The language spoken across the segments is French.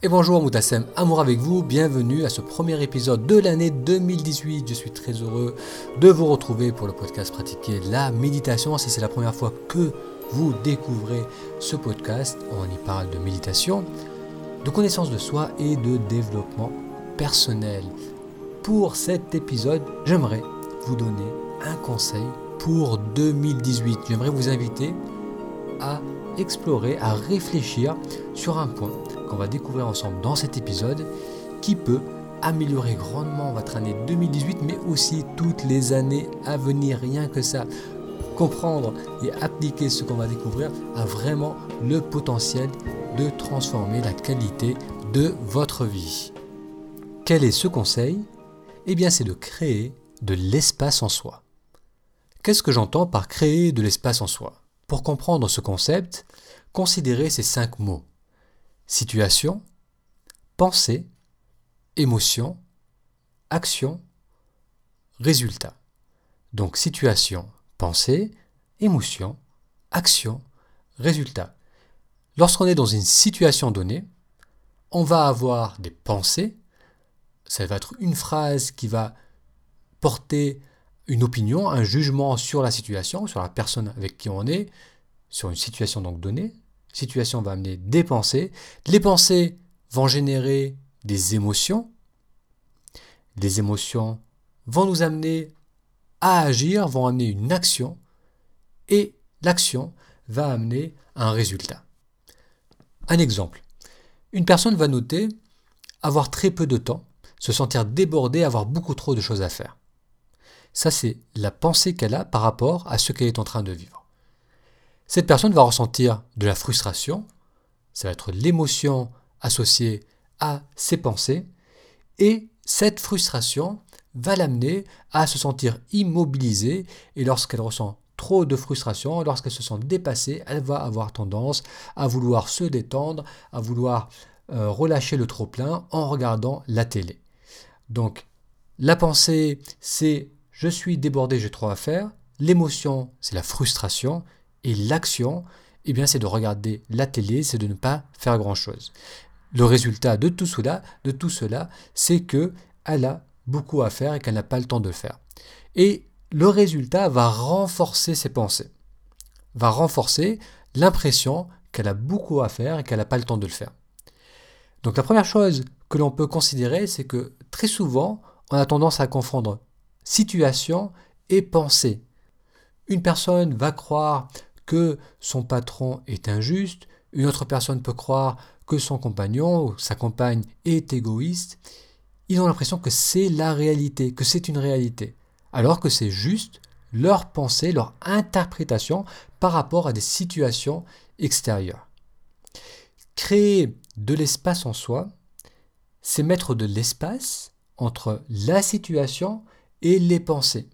Et bonjour Moutassem, amour avec vous, bienvenue à ce premier épisode de l'année 2018. Je suis très heureux de vous retrouver pour le podcast Pratiquer la méditation. Si c'est la première fois que vous découvrez ce podcast, on y parle de méditation, de connaissance de soi et de développement personnel. Pour cet épisode, j'aimerais vous donner un conseil pour 2018. J'aimerais vous inviter à explorer, à réfléchir sur un point qu'on va découvrir ensemble dans cet épisode qui peut améliorer grandement votre année 2018 mais aussi toutes les années à venir. Rien que ça, comprendre et appliquer ce qu'on va découvrir a vraiment le potentiel de transformer la qualité de votre vie. Quel est ce conseil ? Eh bien, c'est de créer de l'espace en soi. Qu'est-ce que j'entends par créer de l'espace en soi ? Pour comprendre ce concept, considérez ces 5 mots. Situation, pensée, émotion, action, résultat. Donc situation, pensée, émotion, action, résultat. Lorsqu'on est dans une situation donnée, on va avoir des pensées. Ça va être une phrase qui va porter une opinion, un jugement sur la situation, sur la personne avec qui on est, sur une situation donc donnée. Situation va amener des pensées. Les pensées vont générer des émotions. Les émotions vont nous amener à agir, vont amener une action. Et l'action va amener un résultat. Un exemple. Une personne va noter avoir très peu de temps, se sentir débordée, avoir beaucoup trop de choses à faire. Ça, c'est la pensée qu'elle a par rapport à ce qu'elle est en train de vivre. Cette personne va ressentir de la frustration, ça va être l'émotion associée à ses pensées, et cette frustration va l'amener à se sentir immobilisée, et lorsqu'elle ressent trop de frustration, lorsqu'elle se sent dépassée, elle va avoir tendance à vouloir se détendre, à vouloir relâcher le trop-plein en regardant la télé. Donc, la pensée, c'est « je suis débordé, j'ai trop à faire ». L'émotion, c'est la frustration. Et l'action, eh bien, c'est de regarder la télé, c'est de ne pas faire grand-chose. Le résultat de tout cela, c'est qu'elle a beaucoup à faire et qu'elle n'a pas le temps de le faire. Et le résultat va renforcer ses pensées, va renforcer l'impression qu'elle a beaucoup à faire et qu'elle n'a pas le temps de le faire. Donc la première chose que l'on peut considérer, c'est que très souvent, on a tendance à confondre situation et pensée. Une personne va croire que son patron est injuste, une autre personne peut croire que son compagnon ou sa compagne est égoïste. Ils ont l'impression que c'est la réalité, que c'est une réalité, alors que c'est juste leur pensée, leur interprétation par rapport à des situations extérieures. Créer de l'espace en soi, c'est mettre de l'espace entre la situation et les pensées.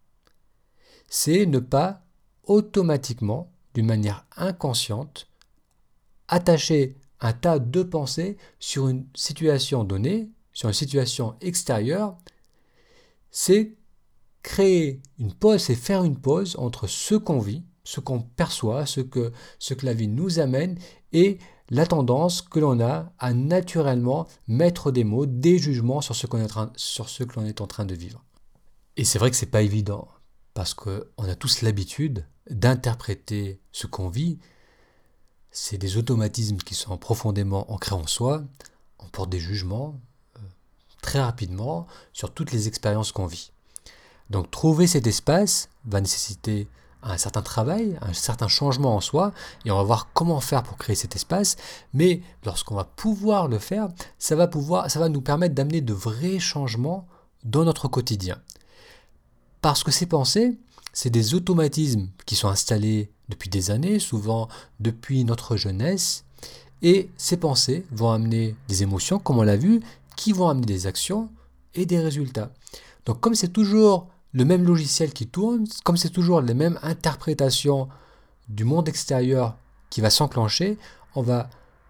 C'est ne pas automatiquement, d'une manière inconsciente, attacher un tas de pensées sur une situation donnée, sur une situation extérieure. C'est créer une pause, c'est faire une pause entre ce qu'on vit, ce qu'on perçoit, ce que la vie nous amène et la tendance que l'on a à naturellement mettre des mots, des jugements sur ce que l'on est en train de vivre. Et c'est vrai que c'est pas évident, parce qu'on a tous l'habitude d'interpréter ce qu'on vit. C'est des automatismes qui sont profondément ancrés en soi. On porte des jugements très rapidement sur toutes les expériences qu'on vit. Donc trouver cet espace va nécessiter un certain travail, un certain changement en soi, et on va voir comment faire pour créer cet espace. Mais lorsqu'on va pouvoir le faire, ça va nous permettre d'amener de vrais changements dans notre quotidien. Parce que ces pensées, c'est des automatismes qui sont installés depuis des années, souvent depuis notre jeunesse, et ces pensées vont amener des émotions, comme on l'a vu, qui vont amener des actions et des résultats. Donc comme c'est toujours le même logiciel qui tourne, comme c'est toujours les mêmes interprétations du monde extérieur qui va s'enclencher, on va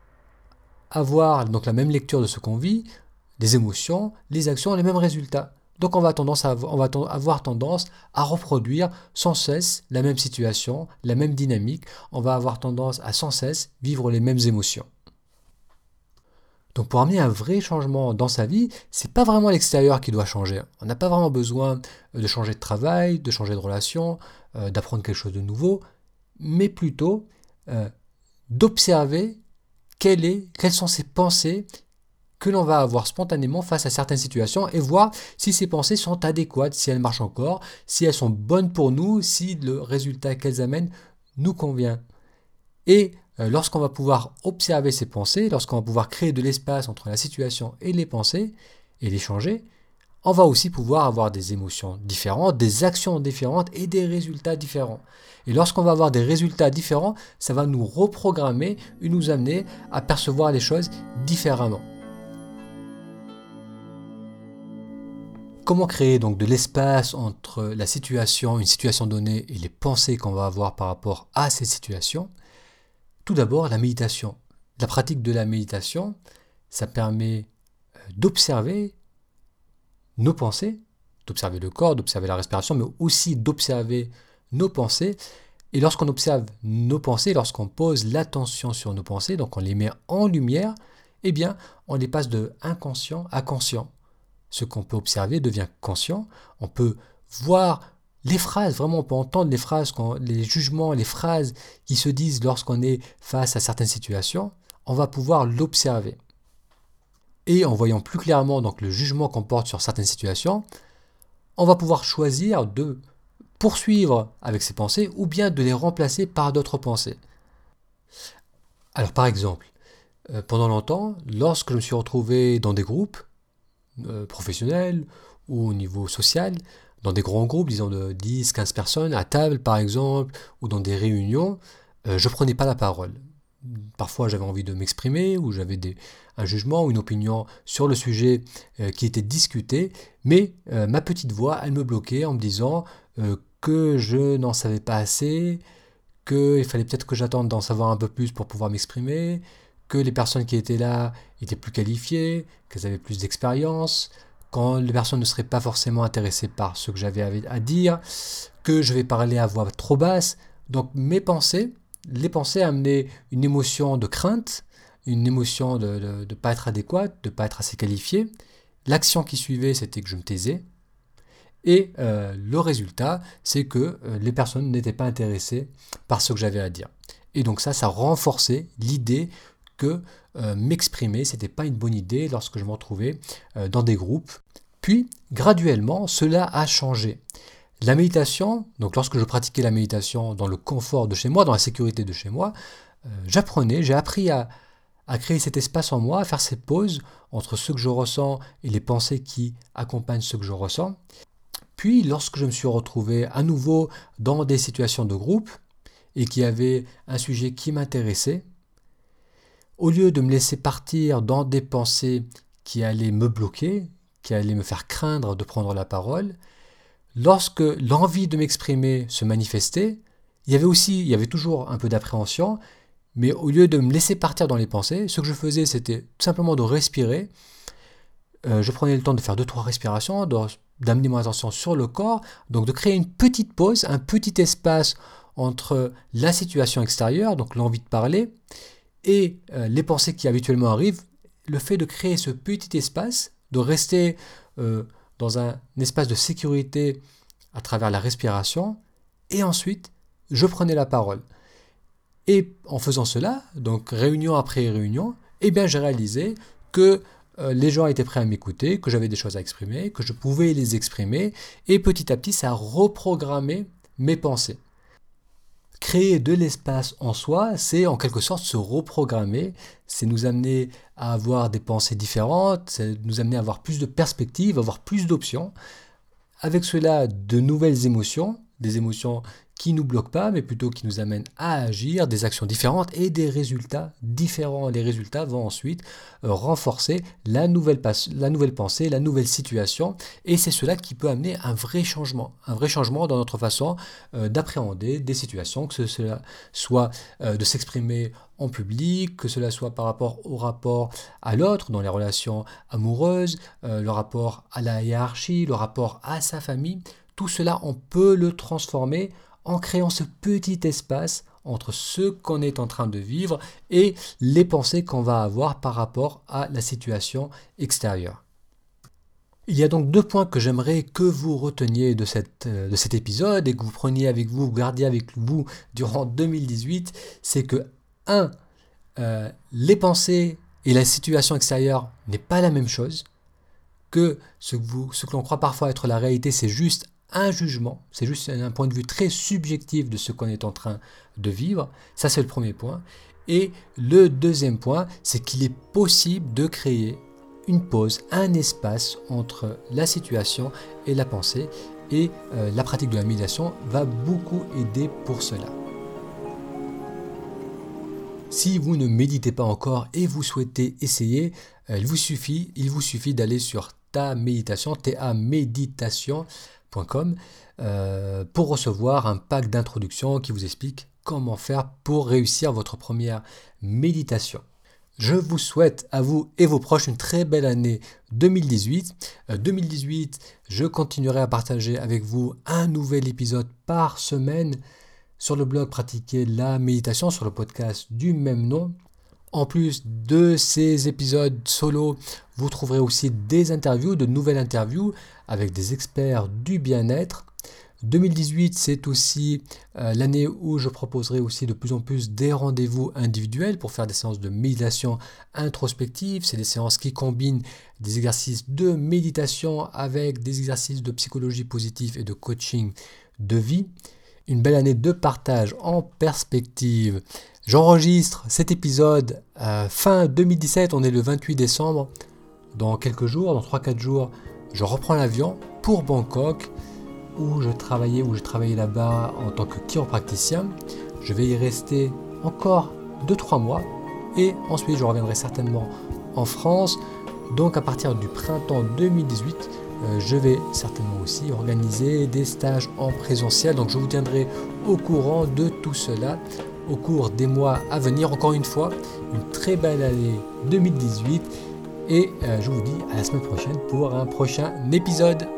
avoir donc la même lecture de ce qu'on vit, les émotions, les actions, les mêmes résultats. Donc on va avoir tendance à reproduire sans cesse la même situation, la même dynamique. On va avoir tendance à sans cesse vivre les mêmes émotions. Donc pour amener un vrai changement dans sa vie, c'est pas vraiment l'extérieur qui doit changer. On n'a pas vraiment besoin de changer de travail, de changer de relation, d'apprendre quelque chose de nouveau, mais plutôt d'observer quelles sont ces pensées que l'on va avoir spontanément face à certaines situations et voir si ces pensées sont adéquates, si elles marchent encore, si elles sont bonnes pour nous, si le résultat qu'elles amènent nous convient. Et lorsqu'on va pouvoir observer ces pensées, lorsqu'on va pouvoir créer de l'espace entre la situation et les pensées et les changer, on va aussi pouvoir avoir des émotions différentes, des actions différentes et des résultats différents. Et lorsqu'on va avoir des résultats différents, ça va nous reprogrammer et nous amener à percevoir les choses différemment. Comment créer donc de l'espace entre la situation, une situation donnée et les pensées qu'on va avoir par rapport à cette situation? Tout d'abord, la méditation. La pratique de la méditation, ça permet d'observer nos pensées, d'observer le corps, d'observer la respiration, mais aussi d'observer nos pensées. Et lorsqu'on observe nos pensées, lorsqu'on pose l'attention sur nos pensées, donc on les met en lumière, eh bien, on les passe de inconscient à conscient. Ce qu'on peut observer devient conscient. On peut voir les phrases, vraiment on peut entendre les phrases, les jugements, les phrases qui se disent lorsqu'on est face à certaines situations. On va pouvoir l'observer. Et en voyant plus clairement donc, le jugement qu'on porte sur certaines situations, on va pouvoir choisir de poursuivre avec ces pensées ou bien de les remplacer par d'autres pensées. Alors par exemple, pendant longtemps, lorsque je me suis retrouvé dans des groupes, professionnel ou au niveau social, dans des grands groupes, disons de 10-15 personnes, à table par exemple, ou dans des réunions, je ne prenais pas la parole. Parfois j'avais envie de m'exprimer, ou j'avais un jugement ou une opinion sur le sujet qui était discuté, mais ma petite voix, elle me bloquait en me disant que je n'en savais pas assez, qu'il fallait peut-être que j'attende d'en savoir un peu plus pour pouvoir m'exprimer, que les personnes qui étaient là étaient plus qualifiées, qu'elles avaient plus d'expérience, quand les personnes ne seraient pas forcément intéressées par ce que j'avais à dire, que je vais parler à voix trop basse. Donc mes pensées, les pensées amenaient une émotion de crainte, une émotion de ne pas être adéquate, de ne pas être assez qualifié. L'action qui suivait, c'était que je me taisais. Et le résultat, c'est que les personnes n'étaient pas intéressées par ce que j'avais à dire. Et donc ça renforçait l'idée que m'exprimer, c'était pas une bonne idée lorsque je me retrouvais dans des groupes. Puis, graduellement, cela a changé. La méditation, donc lorsque je pratiquais la méditation dans le confort de chez moi, dans la sécurité de chez moi, j'ai appris à créer cet espace en moi, à faire cette pause entre ce que je ressens et les pensées qui accompagnent ce que je ressens. Puis, lorsque je me suis retrouvé à nouveau dans des situations de groupe et qu'il y avait un sujet qui m'intéressait, au lieu de me laisser partir dans des pensées qui allaient me bloquer, qui allaient me faire craindre de prendre la parole, lorsque l'envie de m'exprimer se manifestait, il y avait toujours un peu d'appréhension, mais au lieu de me laisser partir dans les pensées, ce que je faisais, c'était tout simplement de respirer. Je prenais le temps de faire 2-3 respirations, d'amener mon attention sur le corps, donc de créer une petite pause, un petit espace entre la situation extérieure, donc l'envie de parler, et les pensées qui habituellement arrivent. Le fait de créer ce petit espace, de rester dans un espace de sécurité à travers la respiration, et ensuite, je prenais la parole. Et en faisant cela, donc réunion après réunion, eh bien j'ai réalisé que les gens étaient prêts à m'écouter, que j'avais des choses à exprimer, que je pouvais les exprimer, et petit à petit, ça a reprogrammé mes pensées. Créer de l'espace en soi, c'est en quelque sorte se reprogrammer, c'est nous amener à avoir des pensées différentes, c'est nous amener à avoir plus de perspectives, avoir plus d'options. Avec cela, de nouvelles émotions, des émotions qui ne nous bloquent pas, mais plutôt qui nous amènent à agir, des actions différentes et des résultats différents. Les résultats vont ensuite renforcer la nouvelle pensée, la nouvelle situation, et c'est cela qui peut amener un vrai changement dans notre façon d'appréhender des situations, que cela soit de s'exprimer en public, que cela soit par rapport au rapport à l'autre, dans les relations amoureuses, le rapport à la hiérarchie, le rapport à sa famille. Tout cela, on peut le transformer en créant ce petit espace entre ce qu'on est en train de vivre et les pensées qu'on va avoir par rapport à la situation extérieure. Il y a donc 2 points que j'aimerais que vous reteniez de cet épisode et que vous preniez avec vous, gardiez avec vous durant 2018. C'est que 1. Les pensées et la situation extérieure n'est pas la même chose. Que ce que l'on croit parfois être la réalité, c'est juste un jugement, c'est juste un point de vue très subjectif de ce qu'on est en train de vivre. Ça, c'est le premier point. Et le deuxième point, c'est qu'il est possible de créer une pause, un espace entre la situation et la pensée. Et la pratique de la méditation va beaucoup aider pour cela. Si vous ne méditez pas encore et vous souhaitez essayer, il vous suffit d'aller sur tameditation.com pour recevoir un pack d'introduction qui vous explique comment faire pour réussir votre première méditation. Je vous souhaite à vous et vos proches une très belle année 2018. 2018, je continuerai à partager avec vous un nouvel épisode par semaine sur le blog Pratiquer la méditation, sur le podcast du même nom. En plus de ces épisodes solo, vous trouverez aussi des interviews, de nouvelles interviews avec des experts du bien-être. 2018, c'est aussi l'année où je proposerai aussi de plus en plus des rendez-vous individuels pour faire des séances de méditation introspective. C'est des séances qui combinent des exercices de méditation avec des exercices de psychologie positive et de coaching de vie. Une belle année de partage en perspective. J'enregistre cet épisode fin 2017, on est le 28 décembre. Dans quelques jours, dans 3-4 jours, je reprends l'avion pour Bangkok où je travaillais là-bas en tant que chiropraticien. Je vais y rester encore 2-3 mois et ensuite je reviendrai certainement en France. Donc à partir du printemps 2018, je vais certainement aussi organiser des stages en présentiel. Donc je vous tiendrai au courant de tout cela au cours des mois à venir. Encore une fois, une très belle année 2018 et je vous dis à la semaine prochaine pour un prochain épisode.